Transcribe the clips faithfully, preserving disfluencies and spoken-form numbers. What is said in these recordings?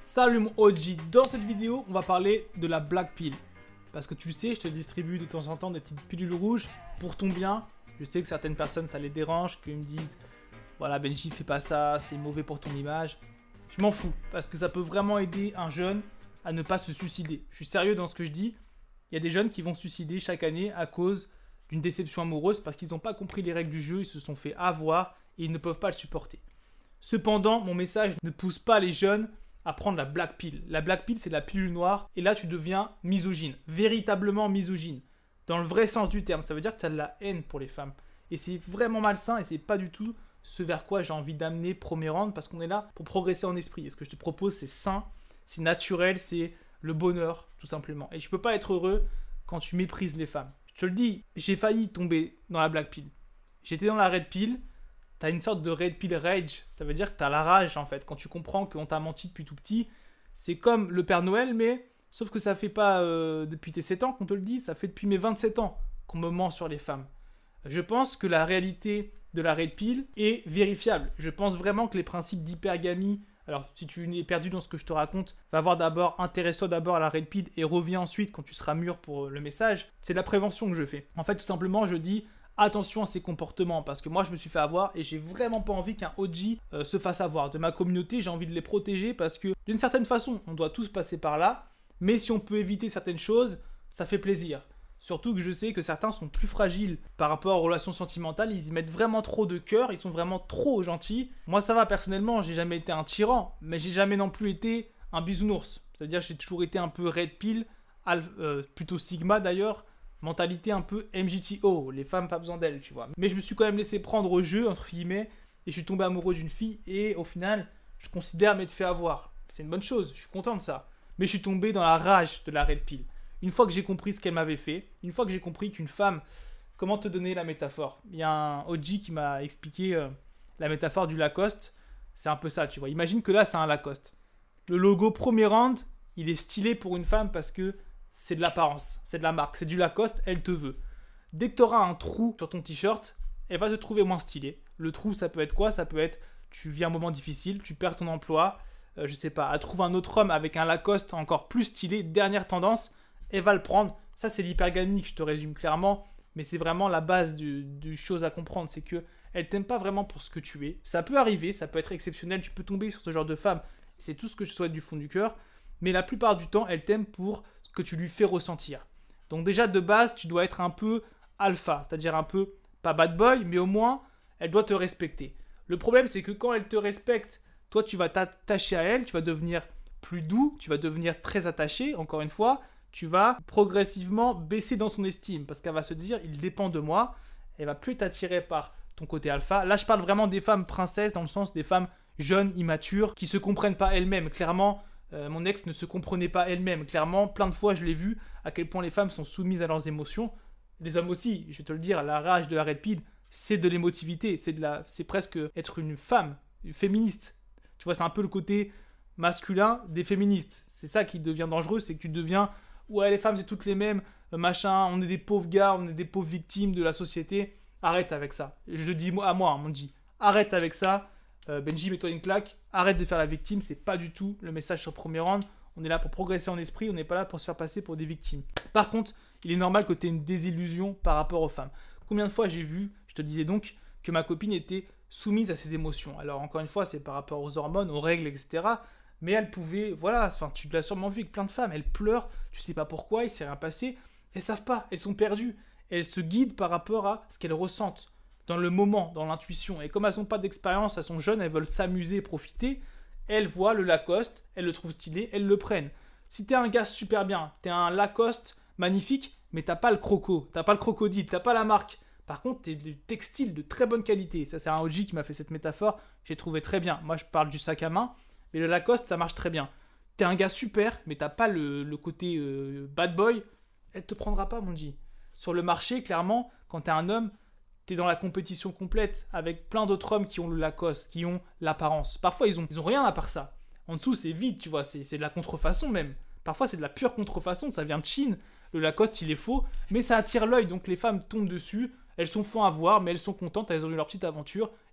Salut mon O G, dans cette vidéo on va parler de la Black Pill. Parce que tu le sais, je te distribue de temps en temps des petites pilules rouges pour ton bien. Je sais que certaines personnes ça les dérange, qu'ils me disent voilà Benji fais pas ça, c'est mauvais pour ton image. Je m'en fous, parce que ça peut vraiment aider un jeune à ne pas se suicider. Je suis sérieux dans ce que je dis. Il y a des jeunes qui vont se suicider chaque année à cause d'une déception amoureuse parce qu'ils n'ont pas compris les règles du jeu, ils se sont fait avoir et ils ne peuvent pas le supporter. Cependant, mon message ne pousse pas les jeunes à prendre la Black Pill. La Black Pill, c'est la pilule noire et là, tu deviens misogyne, véritablement misogyne. Dans le vrai sens du terme, ça veut dire que tu as de la haine pour les femmes. Et c'est vraiment malsain et c'est pas du tout ce vers quoi j'ai envie d'amener premier round parce qu'on est là pour progresser en esprit. Et ce que je te propose, c'est sain, c'est naturel, c'est le bonheur, tout simplement. Et je peux pas être heureux quand tu méprises les femmes. Je te le dis, j'ai failli tomber dans la Black Pill. J'étais dans la Red Pill. T'as une sorte de Red Pill rage. Ça veut dire que t'as la rage, en fait. Quand tu comprends qu'on t'a menti depuis tout petit, c'est comme le Père Noël, mais sauf que ça fait pas euh, depuis tes sept ans qu'on te le dit, ça fait depuis mes vingt-sept ans qu'on me ment sur les femmes. Je pense que la réalité de la Red Pill est vérifiable. Je pense vraiment que les principes d'hypergamie, alors si tu es perdu dans ce que je te raconte, va voir d'abord, intéresse-toi d'abord à la Red Pill et reviens ensuite quand tu seras mûr pour le message. C'est de la prévention que je fais. En fait, tout simplement, je dis attention à ces comportements parce que moi je me suis fait avoir et j'ai vraiment pas envie qu'un O G euh, se fasse avoir. De ma communauté, j'ai envie de les protéger parce que d'une certaine façon, on doit tous passer par là, mais si on peut éviter certaines choses, ça fait plaisir. Surtout que je sais que certains sont plus fragiles par rapport aux relations sentimentales, ils y mettent vraiment trop de cœur, ils sont vraiment trop gentils. Moi ça va personnellement, j'ai jamais été un tyran, mais j'ai jamais non plus été un bisounours. C'est-à-dire que j'ai toujours été un peu Red Pill, euh, plutôt Sigma d'ailleurs, mentalité un peu M G T O, les femmes pas besoin d'elles, tu vois. Mais je me suis quand même laissé prendre au jeu, entre guillemets, et je suis tombé amoureux d'une fille, et au final, je considère m'être fait avoir. C'est une bonne chose, je suis content de ça. Mais je suis tombé dans la rage de la Red Pill. Une fois que j'ai compris ce qu'elle m'avait fait, une fois que j'ai compris qu'une femme... Comment te donner la métaphore? Il y a un O G qui m'a expliqué euh, la métaphore du Lacoste. C'est un peu ça, tu vois. Imagine que là, c'est un Lacoste. Le logo premier round, il est stylé pour une femme parce que c'est de l'apparence, c'est de la marque, c'est du Lacoste, elle te veut. Dès que tu auras un trou sur ton t-shirt, elle va te trouver moins stylé. Le trou, ça peut être quoi? Ça peut être, tu vis un moment difficile, tu perds ton emploi, euh, je sais pas, elle trouve un autre homme avec un Lacoste encore plus stylé, dernière tendance, elle va le prendre. Ça, c'est l'hypergamie que je te résume clairement, mais c'est vraiment la base du, du chose à comprendre, c'est que elle t'aime pas vraiment pour ce que tu es. Ça peut arriver, ça peut être exceptionnel, tu peux tomber sur ce genre de femme, c'est tout ce que je souhaite du fond du cœur, mais la plupart du temps, elle t'aime pour ce que tu lui fais ressentir. Donc déjà, de base, tu dois être un peu alpha, c'est-à-dire un peu, pas bad boy, mais au moins, elle doit te respecter. Le problème, c'est que quand elle te respecte, toi, tu vas t'attacher à elle, tu vas devenir plus doux, tu vas devenir très attaché, encore une fois, tu vas progressivement baisser dans son estime, parce qu'elle va se dire, il dépend de moi, elle va plus être attirée par ton côté alpha. Là, je parle vraiment des femmes princesses, dans le sens des femmes jeunes, immatures, qui se comprennent pas elles-mêmes. Clairement, euh, mon ex ne se comprenait pas elle-même. Clairement, plein de fois, je l'ai vu, à quel point les femmes sont soumises à leurs émotions. Les hommes aussi, je vais te le dire, la rage de la Red Pill, c'est de l'émotivité, c'est de la, c'est presque être une femme, une féministe. Tu vois, c'est un peu le côté masculin des féministes. C'est ça qui devient dangereux, c'est que tu deviens, ouais, les femmes, c'est toutes les mêmes, euh, machin, on est des pauvres gars, on est des pauvres victimes de la société. Arrête avec ça. Je le dis à moi, on me dit, arrête avec ça. Euh, Benji, mets-toi une claque, arrête de faire la victime, c'est pas du tout le message sur premier round. On est là pour progresser en esprit, on n'est pas là pour se faire passer pour des victimes. Par contre, il est normal que tu aies une désillusion par rapport aux femmes. Combien de fois j'ai vu, je te disais donc, que ma copine était soumise à ses émotions. Alors encore une fois, c'est par rapport aux hormones, aux règles, et cetera. Mais elle pouvait, voilà, enfin tu l'as sûrement vu avec plein de femmes, elles pleurent, tu sais pas pourquoi, il s'est rien passé, elles savent pas, elles sont perdues. Elles se guident par rapport à ce qu'elles ressentent, dans le moment, dans l'intuition. Et comme elles n'ont pas d'expérience, elles sont jeunes, elles veulent s'amuser, profiter, elles voient le Lacoste, elles le trouvent stylé, elles le prennent. Si t'es un gars super bien, t'es un Lacoste magnifique, mais t'as pas le croco, t'as pas le crocodile, t'as pas la marque. Par contre, t'es du textile de très bonne qualité. Ça, c'est un O G qui m'a fait cette métaphore, j'ai trouvé très bien. Moi, je parle du sac à main, mais le Lacoste, ça marche très bien. T'es un gars super, mais t'as pas le, le côté euh, bad boy, elle te prendra pas, mon G. Sur le marché, clairement, quand t'es un homme, t'es dans la compétition complète avec plein d'autres hommes qui ont le Lacoste, qui ont l'apparence. Parfois, ils ont, ils ont rien à part ça. En dessous, c'est vide, tu vois, c'est, c'est de la contrefaçon même. Parfois, c'est de la pure contrefaçon, ça vient de Chine. Le Lacoste, il est faux, mais ça attire l'œil, donc les femmes tombent dessus. Elles sont font avoir, mais elles sont contentes, elles ont eu leur petite aventure,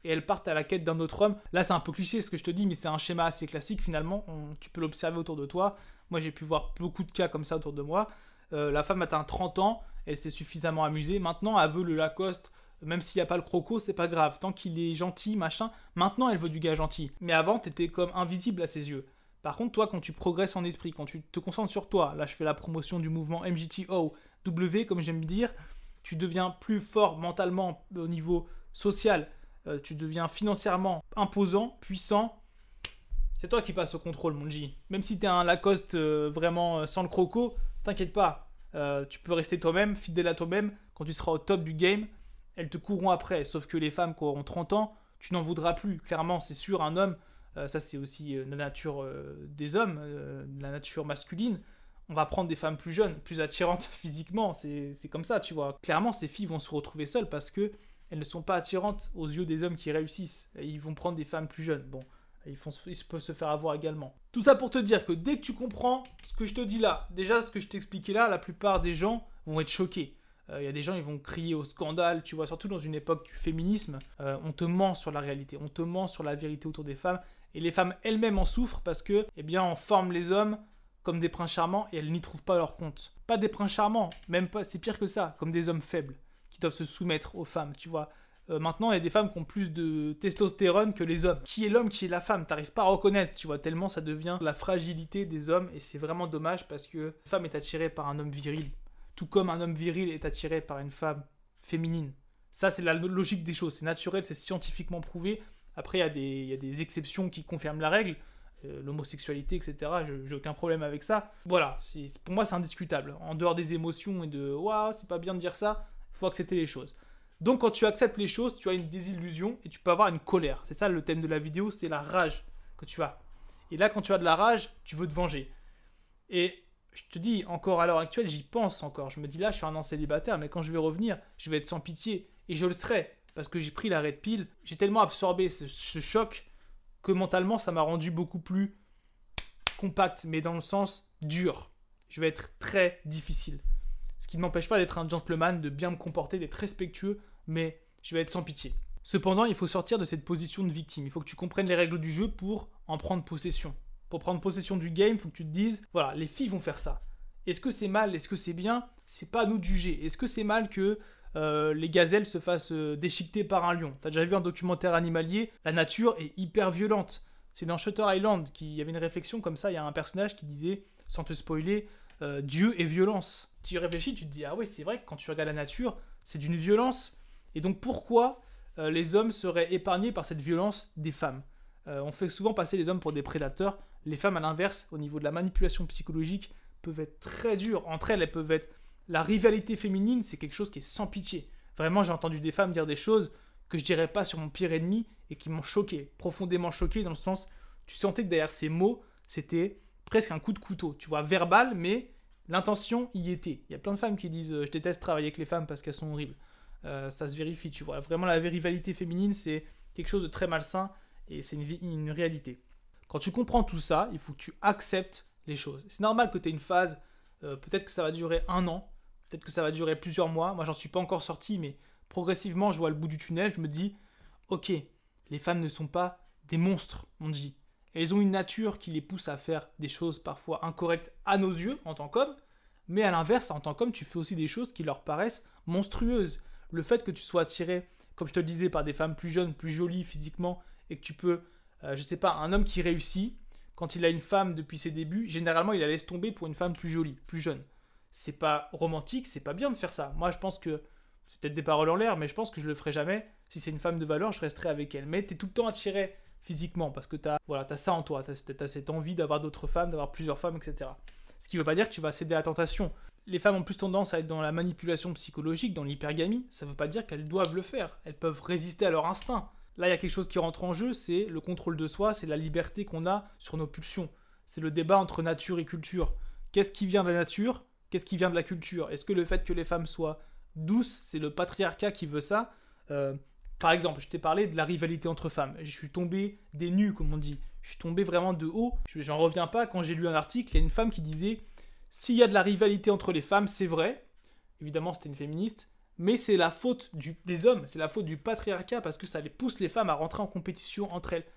et elles partent à la quête d'un autre homme. Là, c'est un peu cliché ce que je te dis, mais c'est un schéma assez classique finalement. On, tu peux l'observer autour de toi. Moi, j'ai pu voir beaucoup de cas comme ça autour de moi. Euh, la femme atteint trente ans, elle s'est suffisamment amusée. Maintenant, elle veut le Lacoste, même s'il n'y a pas le croco, c'est pas grave. Tant qu'il est gentil, machin. Maintenant, elle veut du gars gentil. Mais avant, t'étais comme invisible à ses yeux. Par contre, toi, quand tu progresses en esprit, quand tu te concentres sur toi, là, je fais la promotion du mouvement M G T O W, comme j'aime dire, tu deviens plus fort mentalement au niveau social, euh, tu deviens financièrement imposant, puissant. C'est toi qui passes au contrôle, mon G. Même si t'es un Lacoste euh, vraiment euh, sans le croco, t'inquiète pas. Euh, tu peux rester toi-même, fidèle à toi-même. Quand tu seras au top du game, elles te courront après. Sauf que les femmes qui auront trente ans, tu n'en voudras plus. Clairement, c'est sûr, un homme, euh, ça c'est aussi euh, la nature euh, des hommes, euh, la nature masculine. On va prendre des femmes plus jeunes, plus attirantes physiquement. C'est, c'est comme ça, tu vois. Clairement, ces filles vont se retrouver seules parce que elles ne sont pas attirantes aux yeux des hommes qui réussissent. Et ils vont prendre des femmes plus jeunes. Bon, ils, font, ils peuvent se faire avoir également. Tout ça pour te dire que dès que tu comprends ce que je te dis là, déjà ce que je t'expliquais là, la plupart des gens vont être choqués. Il euh, y a des gens, ils vont crier au scandale, tu vois, surtout dans une époque du féminisme. Euh, on te ment sur la réalité, on te ment sur la vérité autour des femmes. Et les femmes elles-mêmes en souffrent parce que, eh bien, on forme les hommes comme des princes charmants et elles n'y trouvent pas leur compte. Pas des princes charmants, même pas, c'est pire que ça, comme des hommes faibles qui doivent se soumettre aux femmes, tu vois. Euh, maintenant, il y a des femmes qui ont plus de testostérone que les hommes. Qui est l'homme, qui est la femme, t'arrives pas à reconnaître, tu vois, tellement ça devient la fragilité des hommes et c'est vraiment dommage parce que une femme est attirée par un homme viril, tout comme un homme viril est attiré par une femme féminine. Ça, c'est la logique des choses, c'est naturel, c'est scientifiquement prouvé. Après, il y a des, il y a des exceptions qui confirment la règle. Euh, l'homosexualité, et cetera. Je, j'ai aucun problème avec ça. Voilà, c'est, pour moi, c'est indiscutable. En dehors des émotions et de « Waouh, c'est pas bien de dire ça », il faut accepter les choses. Donc, quand tu acceptes les choses, tu as une désillusion et tu peux avoir une colère. C'est ça le thème de la vidéo, c'est la rage que tu as. Et là, quand tu as de la rage, tu veux te venger. Et je te dis, encore à l'heure actuelle, j'y pense encore. Je me dis là, je suis un an célibataire, mais quand je vais revenir, je vais être sans pitié. Et je le serai, parce que j'ai pris la red pill. J'ai tellement absorbé ce, ce choc que mentalement, ça m'a rendu beaucoup plus compact, mais dans le sens dur. Je vais être très difficile. Ce qui ne m'empêche pas d'être un gentleman, de bien me comporter, d'être respectueux, mais je vais être sans pitié. Cependant, il faut sortir de cette position de victime. Il faut que tu comprennes les règles du jeu pour en prendre possession. Pour prendre possession du game, il faut que tu te dises, voilà, les filles vont faire ça. Est-ce que c'est mal? Est-ce que c'est bien? C'est pas à nous de juger. Est-ce que c'est mal que euh, les gazelles se fassent euh, déchiqueter par un lion? T'as déjà vu un documentaire animalier? La nature est hyper violente. C'est dans Shutter Island qu'il y avait une réflexion comme ça. Il y a un personnage qui disait, sans te spoiler, euh, Dieu est violence. Tu y réfléchis, tu te dis, ah ouais, c'est vrai que quand tu regardes la nature, c'est d'une violence. Et donc pourquoi euh, les hommes seraient épargnés par cette violence des femmes? euh, On fait souvent passer les hommes pour des prédateurs. Les femmes, à l'inverse, au niveau de la manipulation psychologique, peuvent être très dures. Entre elles, elles peuvent être... La rivalité féminine, c'est quelque chose qui est sans pitié. Vraiment, j'ai entendu des femmes dire des choses que je dirais pas sur mon pire ennemi et qui m'ont choqué, profondément choqué, dans le sens, tu sentais que derrière ces mots, c'était presque un coup de couteau, tu vois, verbal, mais l'intention y était. Il y a plein de femmes qui disent euh, « je déteste travailler avec les femmes parce qu'elles sont horribles euh, ». Ça se vérifie, tu vois. Vraiment, la rivalité féminine, c'est quelque chose de très malsain et c'est une, une réalité. Quand tu comprends tout ça, il faut que tu acceptes les choses. C'est normal que tu aies une phase, euh, peut-être que ça va durer un an, peut-être que ça va durer plusieurs mois. Moi, j'en suis pas encore sorti, mais progressivement, je vois le bout du tunnel. Je me dis, ok, les femmes ne sont pas des monstres, on dit. Elles ont une nature qui les pousse à faire des choses parfois incorrectes à nos yeux, en tant qu'hommes. Mais à l'inverse, en tant qu'homme, tu fais aussi des choses qui leur paraissent monstrueuses. Le fait que tu sois attiré, comme je te le disais, par des femmes plus jeunes, plus jolies physiquement, et que tu peux, euh, je sais pas, un homme qui réussit, quand il a une femme depuis ses débuts, généralement, il la laisse tomber pour une femme plus jolie, plus jeune. C'est pas romantique, c'est pas bien de faire ça. Moi, je pense que, c'est peut-être des paroles en l'air, mais je pense que je le ferai jamais. Si c'est une femme de valeur, je resterai avec elle. Mais t'es tout le temps attiré physiquement, parce que t'as, voilà, t'as ça en toi, t'as, t'as cette envie d'avoir d'autres femmes, d'avoir plusieurs femmes, et cetera. Ce qui veut pas dire que tu vas céder à la tentation. Les femmes ont plus tendance à être dans la manipulation psychologique, dans l'hypergamie. Ça veut pas dire qu'elles doivent le faire. Elles peuvent résister à leur instinct. Là, il y a quelque chose qui rentre en jeu, c'est le contrôle de soi, c'est la liberté qu'on a sur nos pulsions. C'est le débat entre nature et culture. Qu'est-ce qui vient de la nature? Qu'est-ce qui vient de la culture? Est-ce que le fait que les femmes soient douces, c'est le patriarcat qui veut ça? euh, Par exemple, je t'ai parlé de la rivalité entre femmes. Je suis tombé des nues, comme on dit. Je suis tombé vraiment de haut. J'en reviens pas. Quand j'ai lu un article, il y a une femme qui disait « S'il y a de la rivalité entre les femmes, c'est vrai. » Évidemment, c'était une féministe. Mais c'est la faute du, des hommes, c'est la faute du patriarcat parce que ça les pousse les femmes à rentrer en compétition entre elles.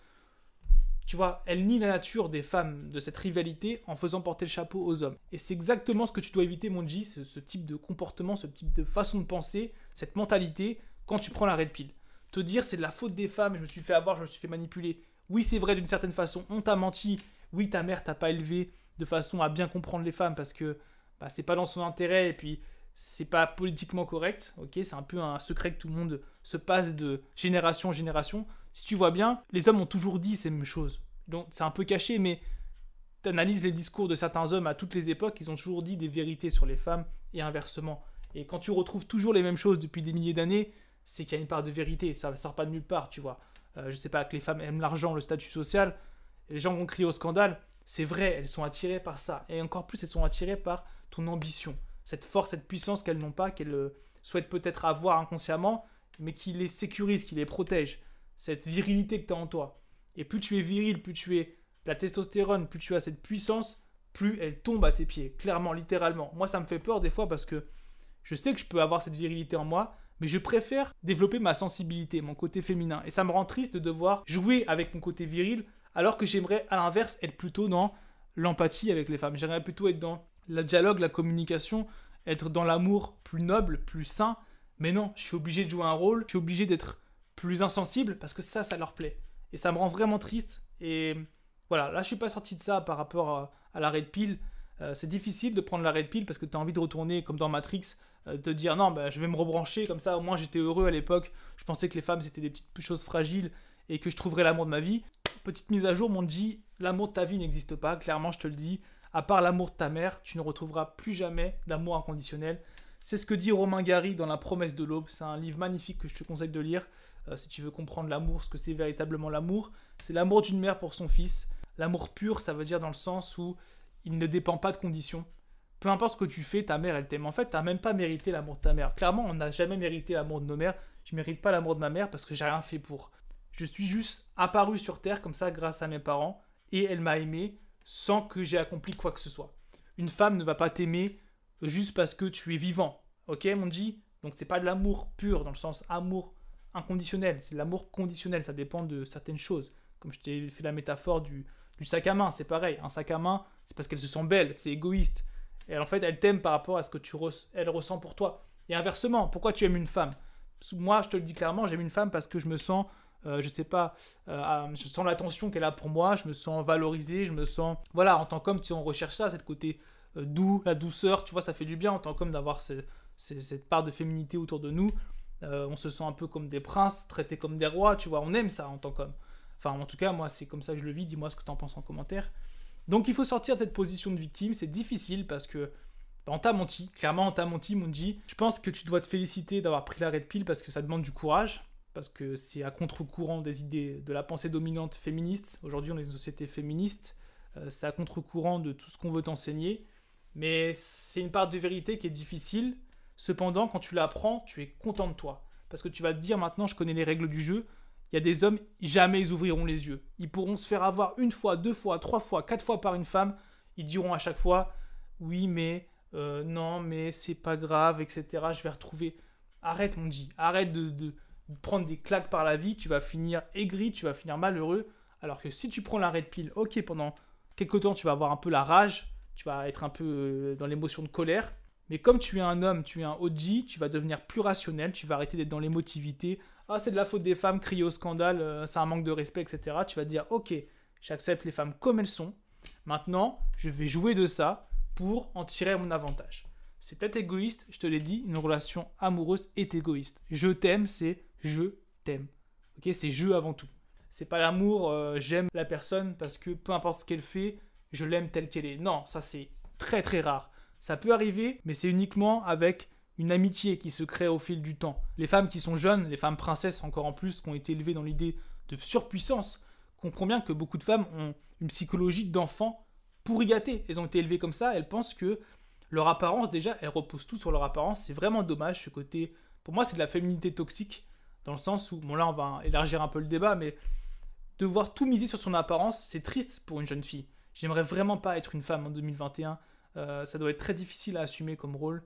Tu vois, elles nient la nature des femmes de cette rivalité en faisant porter le chapeau aux hommes. Et c'est exactement ce que tu dois éviter, mon G, ce, ce type de comportement, ce type de façon de penser, cette mentalité, quand tu prends la red pill. Te dire c'est de la faute des femmes, je me suis fait avoir, je me suis fait manipuler. Oui, c'est vrai d'une certaine façon, on t'a menti. Oui, ta mère t'a pas élevé de façon à bien comprendre les femmes parce que bah, c'est pas dans son intérêt et puis c'est pas politiquement correct. Ok, c'est un peu un secret que tout le monde se passe de génération en génération. Si tu vois bien, les hommes ont toujours dit ces mêmes choses. Donc c'est un peu caché, mais tu analyses les discours de certains hommes à toutes les époques, ils ont toujours dit des vérités sur les femmes et inversement. Et quand tu retrouves toujours les mêmes choses depuis des milliers d'années, c'est qu'il y a une part de vérité, ça ne sort pas de nulle part, tu vois. Euh, je sais pas, que les femmes aiment l'argent, le statut social, et les gens vont crier au scandale, c'est vrai, elles sont attirées par ça. Et encore plus, elles sont attirées par ton ambition, cette force, cette puissance qu'elles n'ont pas, qu'elles euh, souhaitent peut-être avoir inconsciemment, mais qui les sécurise, qui les protège. Cette virilité que tu as en toi. Et plus tu es viril, plus tu es la testostérone, plus tu as cette puissance, plus elle tombe à tes pieds, clairement, littéralement. Moi, ça me fait peur des fois parce que je sais que je peux avoir cette virilité en moi, mais je préfère développer ma sensibilité, mon côté féminin. Et ça me rend triste de devoir jouer avec mon côté viril, alors que j'aimerais, à l'inverse, être plutôt dans l'empathie avec les femmes. J'aimerais plutôt être dans le dialogue, la communication, être dans l'amour plus noble, plus sain. Mais non, je suis obligé de jouer un rôle, je suis obligé d'être plus insensible parce que ça, ça leur plaît. Et ça me rend vraiment triste. Et voilà, là, je suis pas sorti de ça par rapport à, à la red pill. Euh, c'est difficile de prendre la red pill parce que tu as envie de retourner comme dans Matrix, euh, te dire non, bah, je vais me rebrancher comme ça. Au moins, j'étais heureux à l'époque. Je pensais que les femmes, c'était des petites choses fragiles et que je trouverais l'amour de ma vie. Petite mise à jour, mon dit, l'amour de ta vie n'existe pas. Clairement, je te le dis. À part l'amour de ta mère, tu ne retrouveras plus jamais d'amour inconditionnel. C'est ce que dit Romain Gary dans La promesse de l'aube. C'est un livre magnifique que je te conseille de lire. Euh, si tu veux comprendre l'amour, ce que c'est véritablement l'amour, c'est l'amour d'une mère pour son fils. L'amour pur, ça veut dire dans le sens où il ne dépend pas de conditions. Peu importe ce que tu fais, ta mère, elle t'aime. En fait, tu n'as même pas mérité l'amour de ta mère. Clairement, on n'a jamais mérité l'amour de nos mères. Je ne mérite pas l'amour de ma mère parce que j'ai rien fait pour. Je suis juste apparu sur Terre comme ça grâce à mes parents et elle m'a aimé sans que j'ai accompli quoi que ce soit. Une femme ne va pas t'aimer juste parce que tu es vivant. Ok, mon G? Donc, c'est pas de l'amour pur dans le sens amour inconditionnel, c'est de l'amour conditionnel, ça dépend de certaines choses. Comme je t'ai fait la métaphore du, du sac à main, c'est pareil. Un sac à main, c'est parce qu'elle se sent belle, c'est égoïste. Et en fait, elle t'aime par rapport à ce que tu re- elle ressent pour toi. Et inversement, pourquoi tu aimes une femme? Moi, je te le dis clairement, j'aime une femme parce que je me sens, euh, je sais pas, euh, je sens l'attention qu'elle a pour moi, je me sens valorisé, je me sens... Voilà, en tant qu'homme, tu sais, on recherche ça, cette côté euh, doux, la douceur, tu vois, ça fait du bien en tant qu'homme d'avoir ce, ce, cette part de féminité autour de nous. Euh, on se sent un peu comme des princes, traités comme des rois, tu vois, on aime ça en tant qu'homme. Enfin, en tout cas, moi, c'est comme ça que je le vis, dis-moi ce que tu en penses en commentaire. Donc, il faut sortir de cette position de victime, c'est difficile parce que bah, on t'a menti, clairement, on t'a menti, mon G. Je pense que tu dois te féliciter d'avoir pris la red pill parce que ça demande du courage, parce que c'est à contre-courant des idées de la pensée dominante féministe. Aujourd'hui, on est une société féministe, euh, c'est à contre-courant de tout ce qu'on veut t'enseigner, mais c'est une part de vérité qui est difficile. Cependant, quand tu l'apprends, tu es content de toi. Parce que tu vas te dire maintenant, je connais les règles du jeu. Il y a des hommes, jamais ils ouvriront les yeux. Ils pourront se faire avoir une fois, deux fois, trois fois, quatre fois par une femme. Ils diront à chaque fois, oui, mais, euh, non, mais c'est pas grave, et cetera. Je vais retrouver. Arrête, mon G. Arrête de, de, de prendre des claques par la vie. Tu vas finir aigri, tu vas finir malheureux. Alors que si tu prends la red pill, ok, pendant quelques temps, tu vas avoir un peu la rage. Tu vas être un peu euh, dans l'émotion de colère. Mais comme tu es un homme, tu es un O G, tu vas devenir plus rationnel, tu vas arrêter d'être dans l'émotivité. Ah, c'est de la faute des femmes, crier au scandale, euh, c'est un manque de respect, et cetera. Tu vas te dire, ok, j'accepte les femmes comme elles sont. Maintenant, je vais jouer de ça pour en tirer mon avantage. C'est peut-être égoïste, je te l'ai dit, une relation amoureuse est égoïste. Je t'aime, c'est je t'aime. Ok, c'est je avant tout. C'est pas l'amour, euh, j'aime la personne parce que peu importe ce qu'elle fait, je l'aime telle qu'elle est. Non, ça c'est très très rare. Ça peut arriver, mais c'est uniquement avec une amitié qui se crée au fil du temps. Les femmes qui sont jeunes, les femmes princesses encore en plus, qui ont été élevées dans l'idée de surpuissance, comprends bien que beaucoup de femmes ont une psychologie d'enfant pourri gâté. Elles ont été élevées comme ça, elles pensent que leur apparence, déjà, elles reposent tout sur leur apparence. C'est vraiment dommage ce côté. Pour moi, c'est de la féminité toxique, dans le sens où, bon là on va élargir un peu le débat, mais devoir tout miser sur son apparence, c'est triste pour une jeune fille. J'aimerais vraiment pas être une femme en deux mille vingt et un. Euh, ça doit être très difficile à assumer comme rôle.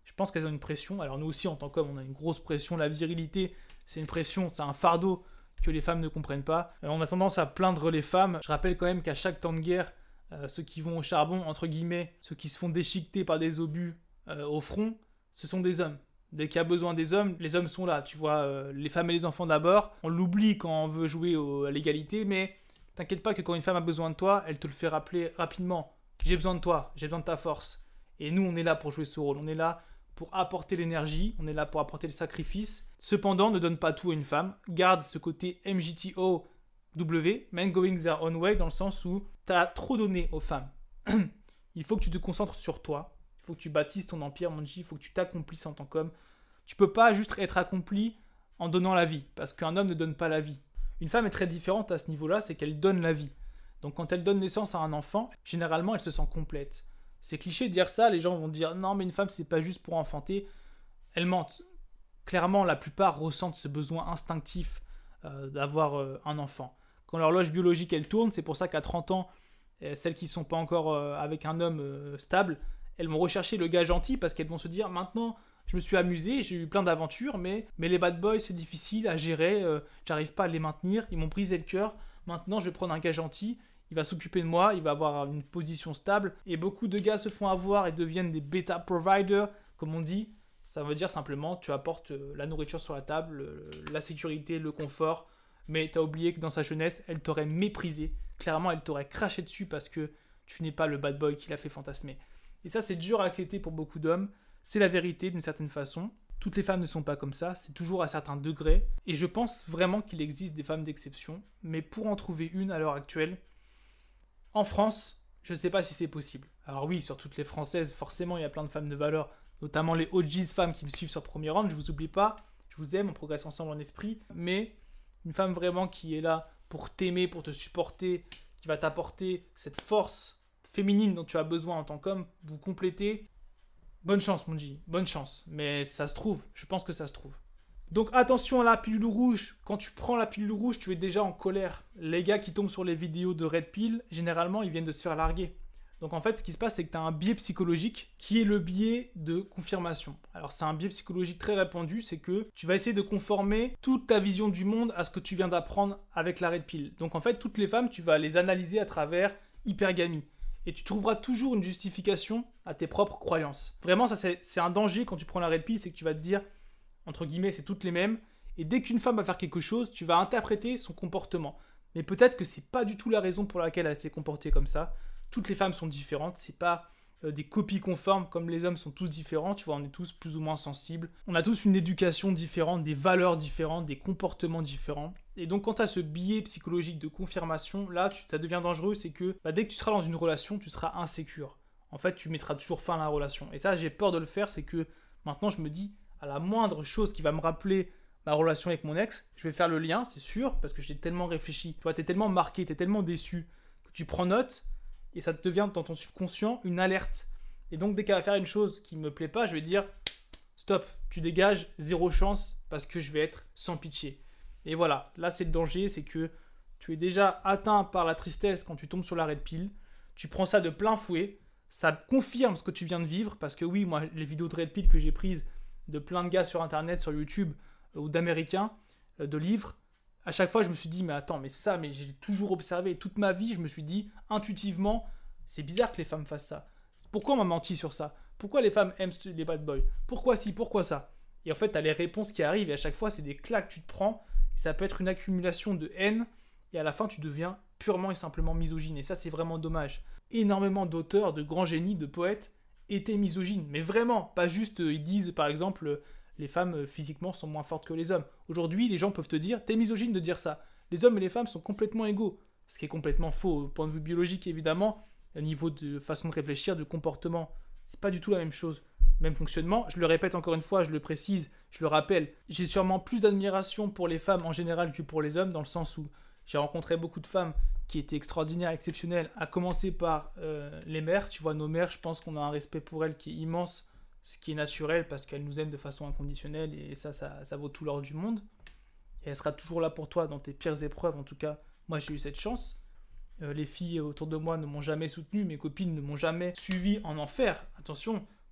Je pense qu'elles ont une pression. Alors nous aussi, en tant qu'hommes, on a une grosse pression. La virilité, c'est une pression, c'est un fardeau que les femmes ne comprennent pas. Euh, on a tendance à plaindre les femmes. Je rappelle quand même qu'à chaque temps de guerre, euh, ceux qui vont au charbon, entre guillemets, ceux qui se font déchiqueter par des obus euh, au front, ce sont des hommes. Dès qu'il y a besoin des hommes, les hommes sont là. Tu vois, euh, les femmes et les enfants d'abord. On l'oublie quand on veut jouer au, à l'égalité, mais t'inquiète pas que quand une femme a besoin de toi, elle te le fait rappeler rapidement. J'ai besoin de toi, j'ai besoin de ta force. Et nous, on est là pour jouer ce rôle. On est là pour apporter l'énergie, on est là pour apporter le sacrifice. Cependant, ne donne pas tout à une femme. Garde ce côté M G T O W, Men Going Their Own Way, dans le sens où t'as trop donné aux femmes. Il faut que tu te concentres sur toi. Il faut que tu bâtisses ton empire, mon G. Il faut que tu t'accomplisses en tant qu'homme. Tu peux pas juste être accompli en donnant la vie, parce qu'un homme ne donne pas la vie. Une femme est très différente à ce niveau-là, c'est qu'elle donne la vie. Donc quand elle donne naissance à un enfant, généralement elle se sent complète. C'est cliché de dire ça, les gens vont dire non mais une femme c'est pas juste pour enfanter. Elles mentent. Clairement la plupart ressentent ce besoin instinctif euh, d'avoir euh, un enfant. Quand l'horloge biologique elle tourne, c'est pour ça qu'à trente ans, euh, celles qui ne sont pas encore euh, avec un homme euh, stable, elles vont rechercher le gars gentil parce qu'elles vont se dire maintenant je me suis amusé, j'ai eu plein d'aventures, mais, mais les bad boys c'est difficile à gérer, euh, j'arrive pas à les maintenir, ils m'ont brisé le cœur, maintenant je vais prendre un gars gentil, il va s'occuper de moi, il va avoir une position stable, et beaucoup de gars se font avoir et deviennent des beta providers, comme on dit. Ça veut dire simplement tu apportes la nourriture sur la table, la sécurité, le confort, mais tu as oublié que dans sa jeunesse, elle t'aurait méprisé. Clairement, elle t'aurait craché dessus parce que tu n'es pas le bad boy qui l'a fait fantasmer. Et ça, c'est dur à accepter pour beaucoup d'hommes. C'est la vérité d'une certaine façon. Toutes les femmes ne sont pas comme ça, c'est toujours à certains degrés. Et je pense vraiment qu'il existe des femmes d'exception, mais pour en trouver une à l'heure actuelle, en France, je ne sais pas si c'est possible. Alors oui, sur toutes les Françaises, forcément, il y a plein de femmes de valeur, notamment les O Gs femmes qui me suivent sur Premier Round, je vous oublie pas, je vous aime, on progresse ensemble en esprit, mais une femme vraiment qui est là pour t'aimer, pour te supporter, qui va t'apporter cette force féminine dont tu as besoin en tant qu'homme, vous complétez, bonne chance mon G, bonne chance, mais ça se trouve, je pense que ça se trouve. Donc attention à la pilule rouge, quand tu prends la pilule rouge, tu es déjà en colère. Les gars qui tombent sur les vidéos de Red Pill, généralement ils viennent de se faire larguer. Donc en fait, ce qui se passe, c'est que tu as un biais psychologique qui est le biais de confirmation. Alors c'est un biais psychologique très répandu, c'est que tu vas essayer de conformer toute ta vision du monde à ce que tu viens d'apprendre avec la Red Pill. Donc en fait, toutes les femmes, tu vas les analyser à travers hypergamie. Et tu trouveras toujours une justification à tes propres croyances. Vraiment, ça c'est, c'est un danger quand tu prends la Red Pill, c'est que tu vas te dire, entre guillemets, c'est toutes les mêmes. Et dès qu'une femme va faire quelque chose, tu vas interpréter son comportement. Mais peut-être que c'est pas du tout la raison pour laquelle elle s'est comportée comme ça. Toutes les femmes sont différentes, c'est pas euh, des copies conformes comme les hommes sont tous différents, tu vois, on est tous plus ou moins sensibles. On a tous une éducation différente, des valeurs différentes, des comportements différents. Et donc quand tu as ce biais psychologique de confirmation, là, tu, ça devient dangereux, c'est que bah, dès que tu seras dans une relation, tu seras insécure. En fait, tu mettras toujours fin à la relation. Et ça, j'ai peur de le faire, c'est que maintenant, je me dis, à la moindre chose qui va me rappeler ma relation avec mon ex, je vais faire le lien, c'est sûr, parce que j'ai tellement réfléchi. Tu vois, t'es tellement marqué, t'es tellement déçu, que tu prends note, et ça te devient dans ton subconscient une alerte. Et donc, dès qu'elle va faire une chose qui me plaît pas, je vais dire, stop, tu dégages, zéro chance, parce que je vais être sans pitié. Et voilà, là c'est le danger, c'est que tu es déjà atteint par la tristesse quand tu tombes sur la Red Pill, tu prends ça de plein fouet, ça confirme ce que tu viens de vivre, parce que oui, moi, les vidéos de Red Pill que j'ai prises de plein de gars sur Internet, sur YouTube, euh, ou d'Américains, euh, de livres, à chaque fois, je me suis dit, mais attends, mais ça, mais j'ai toujours observé toute ma vie, je me suis dit, intuitivement, c'est bizarre que les femmes fassent ça. Pourquoi on m'a menti sur ça? Pourquoi les femmes aiment les bad boys? Pourquoi ci? Pourquoi ça? Et en fait, tu as les réponses qui arrivent, et à chaque fois, c'est des claques que tu te prends, et ça peut être une accumulation de haine, et à la fin, tu deviens purement et simplement misogyne. Et ça, c'est vraiment dommage. Énormément d'auteurs, de grands génies, de poètes, étaient misogynes. Mais vraiment, pas juste, euh, ils disent, par exemple... Euh, les femmes euh, physiquement sont moins fortes que les hommes. Aujourd'hui, les gens peuvent te dire, t'es misogyne de dire ça. Les hommes et les femmes sont complètement égaux. Ce qui est complètement faux, au point de vue biologique évidemment, au niveau de façon de réfléchir, de comportement. C'est pas du tout la même chose. Même fonctionnement, je le répète encore une fois, je le précise, je le rappelle. J'ai sûrement plus d'admiration pour les femmes en général que pour les hommes, dans le sens où j'ai rencontré beaucoup de femmes qui étaient extraordinaires, exceptionnelles, à commencer par euh, les mères. Tu vois, nos mères, je pense qu'on a un respect pour elles qui est immense, ce qui est naturel parce qu'elle nous aime de façon inconditionnelle et ça, ça, ça vaut tout l'or du monde. Et elle sera toujours là pour toi dans tes pires épreuves. En tout cas, moi j'ai eu cette chance. Euh, les filles autour de moi ne m'ont jamais soutenu, mes copines ne m'ont jamais suivi en enfer. Attention,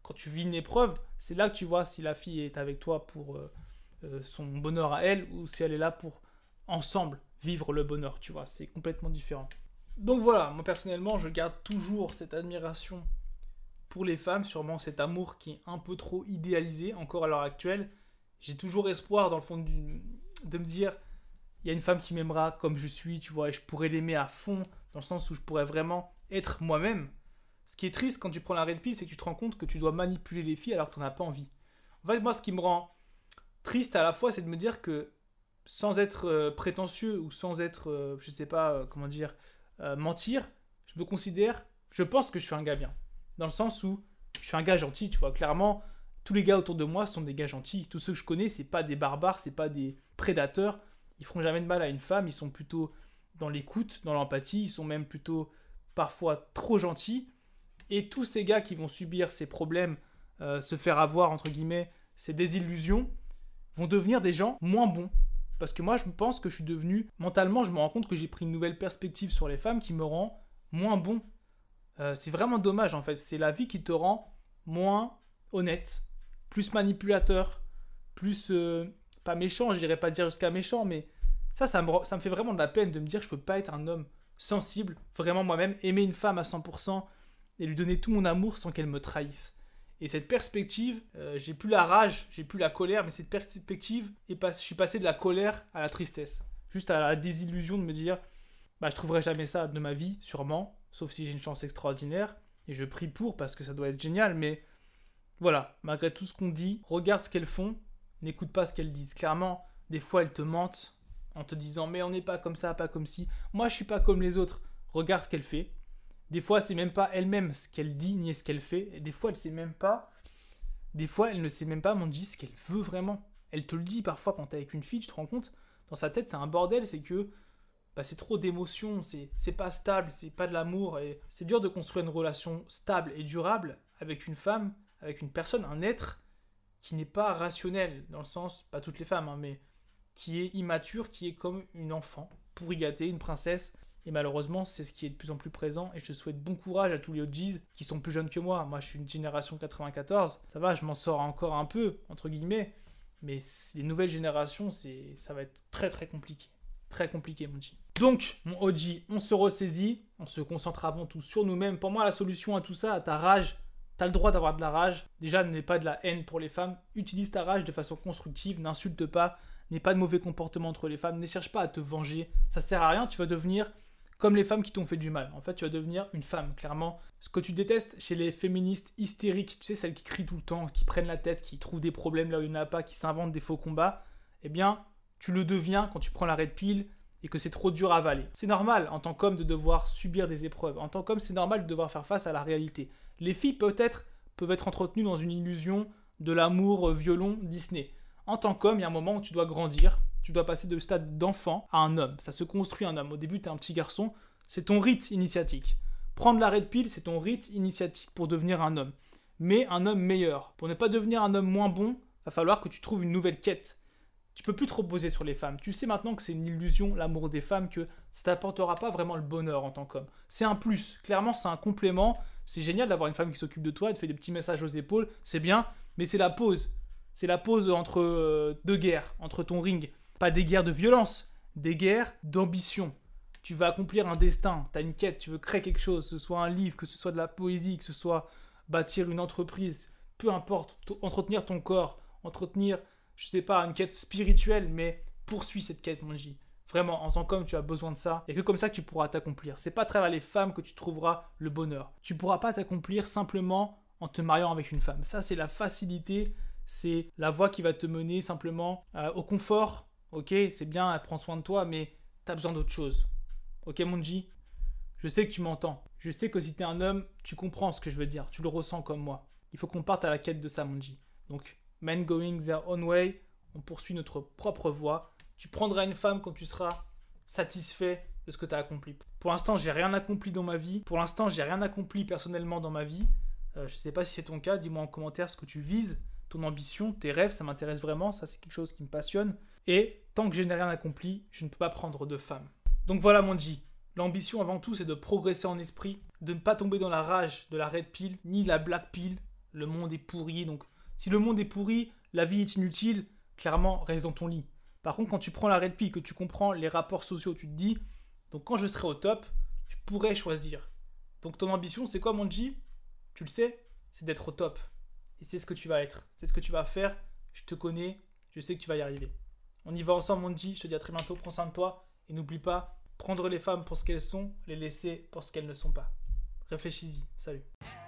quand tu vis une épreuve, c'est là que tu vois si la fille est avec toi pour euh, euh, son bonheur à elle ou si elle est là pour ensemble vivre le bonheur, tu vois. C'est complètement différent. Donc voilà, moi personnellement, je garde toujours cette admiration pour les femmes, sûrement cet amour qui est un peu trop idéalisé encore à l'heure actuelle. J'ai toujours espoir dans le fond du... de me dire, il y a une femme qui m'aimera comme je suis, tu vois, et je pourrais l'aimer à fond, dans le sens où je pourrais vraiment être moi-même. Ce qui est triste quand tu prends la red pill, c'est que tu te rends compte que tu dois manipuler les filles alors que tu n'en as pas envie. En fait, moi, ce qui me rend triste à la fois, c'est de me dire que sans être euh, prétentieux ou sans être, euh, je sais pas, euh, comment dire, euh, mentir, je me considère, je pense que je suis un gars bien. Dans le sens où je suis un gars gentil, tu vois. Clairement, tous les gars autour de moi sont des gars gentils. Tous ceux que je connais, c'est pas des barbares, c'est pas des prédateurs. Ils feront jamais de mal à une femme, ils sont plutôt dans l'écoute, dans l'empathie, ils sont même plutôt parfois trop gentils. Et tous ces gars qui vont subir ces problèmes, euh, se faire avoir, entre guillemets, ces désillusions, vont devenir des gens moins bons. Parce que moi, je pense que je suis devenu, mentalement, je me rends compte que j'ai pris une nouvelle perspective sur les femmes qui me rend moins bon. Euh, c'est vraiment dommage, en fait. C'est la vie qui te rend moins honnête, plus manipulateur, plus... Euh, pas méchant, je n'irais pas dire jusqu'à méchant, mais ça, ça me, ça me fait vraiment de la peine de me dire que je peux pas être un homme sensible, vraiment moi-même, aimer une femme à cent pour cent et lui donner tout mon amour sans qu'elle me trahisse. Et cette perspective, euh, j'ai plus la rage, j'ai plus la colère, mais cette perspective, est pas, je suis passé de la colère à la tristesse. Juste à la désillusion de me dire, bah je trouverai jamais ça de ma vie, sûrement, sauf si j'ai une chance extraordinaire, et je prie pour parce que ça doit être génial, mais voilà, malgré tout ce qu'on dit, regarde ce qu'elles font, n'écoute pas ce qu'elles disent. Clairement, des fois, elles te mentent en te disant « Mais on n'est pas comme ça, pas comme ci. Moi, je suis pas comme les autres. » Regarde ce qu'elle fait. Des fois, c'est même pas elle-même ce qu'elle dit, ni ce qu'elle fait. Et des fois, elle sait même pas... Des fois, elle ne sait même pas, mon dit, ce qu'elle veut vraiment. Elle te le dit parfois quand t'es avec une fille, tu te rends compte. Dans sa tête, c'est un bordel, c'est que... Bah, c'est trop d'émotions, c'est, c'est pas stable, c'est pas de l'amour. Et c'est dur de construire une relation stable et durable avec une femme, avec une personne, un être... qui n'est pas rationnel, dans le sens, pas toutes les femmes, hein, mais qui est immature, qui est comme une enfant, pourri gâté, une princesse. Et malheureusement, c'est ce qui est de plus en plus présent. Et je te souhaite bon courage à tous les O Gs qui sont plus jeunes que moi. Moi, je suis une génération quatre-vingt-quatorze. Ça va, je m'en sors encore un peu, entre guillemets. Mais les nouvelles générations, c'est, ça va être très très compliqué. Très compliqué, mon G. Donc, mon O G, on se ressaisit. On se concentre avant tout sur nous-mêmes. Pour moi, la solution à tout ça, à ta rage, t'as le droit d'avoir de la rage. Déjà, n'aie pas de la haine pour les femmes. Utilise ta rage de façon constructive. N'insulte pas. N'aie pas de mauvais comportement entre les femmes. Ne cherche pas à te venger. Ça sert à rien. Tu vas devenir comme les femmes qui t'ont fait du mal. En fait, tu vas devenir une femme, clairement. Ce que tu détestes chez les féministes hystériques, tu sais, celles qui crient tout le temps, qui prennent la tête, qui trouvent des problèmes là où il n'y en a pas, qui s'inventent des faux combats, eh bien, tu le deviens quand tu prends la red pill et que c'est trop dur à avaler. C'est normal, en tant qu'homme, de devoir subir des épreuves. En tant qu'homme, c'est normal de devoir faire face à la réalité. Les filles, peut-être, peuvent être entretenues dans une illusion de l'amour violon Disney. En tant qu'homme, il y a un moment où tu dois grandir. Tu dois passer de stade d'enfant à un homme. Ça se construit un homme. Au début, tu es un petit garçon. C'est ton rite initiatique. Prendre la red pill, c'est ton rite initiatique pour devenir un homme. Mais un homme meilleur. Pour ne pas devenir un homme moins bon, va falloir que tu trouves une nouvelle quête. Tu peux plus te reposer sur les femmes. Tu sais maintenant que c'est une illusion, l'amour des femmes, que ça t'apportera pas vraiment le bonheur en tant qu'homme. C'est un plus. Clairement, c'est un complément. C'est génial d'avoir une femme qui s'occupe de toi, elle te fait des petits messages aux épaules. C'est bien, mais c'est la pause. C'est la pause entre euh, deux guerres, entre ton ring. Pas des guerres de violence, des guerres d'ambition. Tu vas accomplir un destin, tu as une quête, tu veux créer quelque chose, que ce soit un livre, que ce soit de la poésie, que ce soit bâtir une entreprise, peu importe, t- entretenir ton corps, entretenir, je sais pas, une quête spirituelle, mais poursuis cette quête, mon J. Vraiment, en tant qu'homme, tu as besoin de ça, et que comme ça que tu pourras t'accomplir. C'est pas à travers les femmes que tu trouveras le bonheur. Tu pourras pas t'accomplir simplement en te mariant avec une femme. Ça, c'est la facilité, c'est la voie qui va te mener simplement euh, au confort. Ok, c'est bien, elle prend soin de toi, mais t'as besoin d'autre chose. Ok, mon G, je sais que tu m'entends. Je sais que si t'es un homme, tu comprends ce que je veux dire. Tu le ressens comme moi. Il faut qu'on parte à la quête de ça, mon G. Donc, men going their own way, on poursuit notre propre voie. Tu prendras une femme quand tu seras satisfait de ce que tu as accompli. Pour l'instant, j'ai rien accompli dans ma vie. Pour l'instant, j'ai rien accompli personnellement dans ma vie. Euh, je sais pas si c'est ton cas. Dis-moi en commentaire ce que tu vises, ton ambition, tes rêves. Ça m'intéresse vraiment. Ça, c'est quelque chose qui me passionne. Et tant que je n'ai rien accompli, je ne peux pas prendre de femme. Donc voilà, mon G. L'ambition avant tout, c'est de progresser en esprit, de ne pas tomber dans la rage de la red pill, ni la black pill. le monde est pourri. Donc, si le monde est pourri, la vie est inutile, clairement, reste dans ton lit. Par contre, quand tu prends la red pill, que tu comprends les rapports sociaux, tu te dis, donc quand je serai au top, je pourrais choisir. Donc ton ambition, c'est quoi, mon G? Tu le sais, c'est d'être au top. Et c'est ce que tu vas être. C'est ce que tu vas faire. Je te connais, je sais que tu vas y arriver. On y va ensemble, mon G. Je te dis à très bientôt, prends soin de toi. Et n'oublie pas, prendre les femmes pour ce qu'elles sont, les laisser pour ce qu'elles ne sont pas. Réfléchis-y. Salut.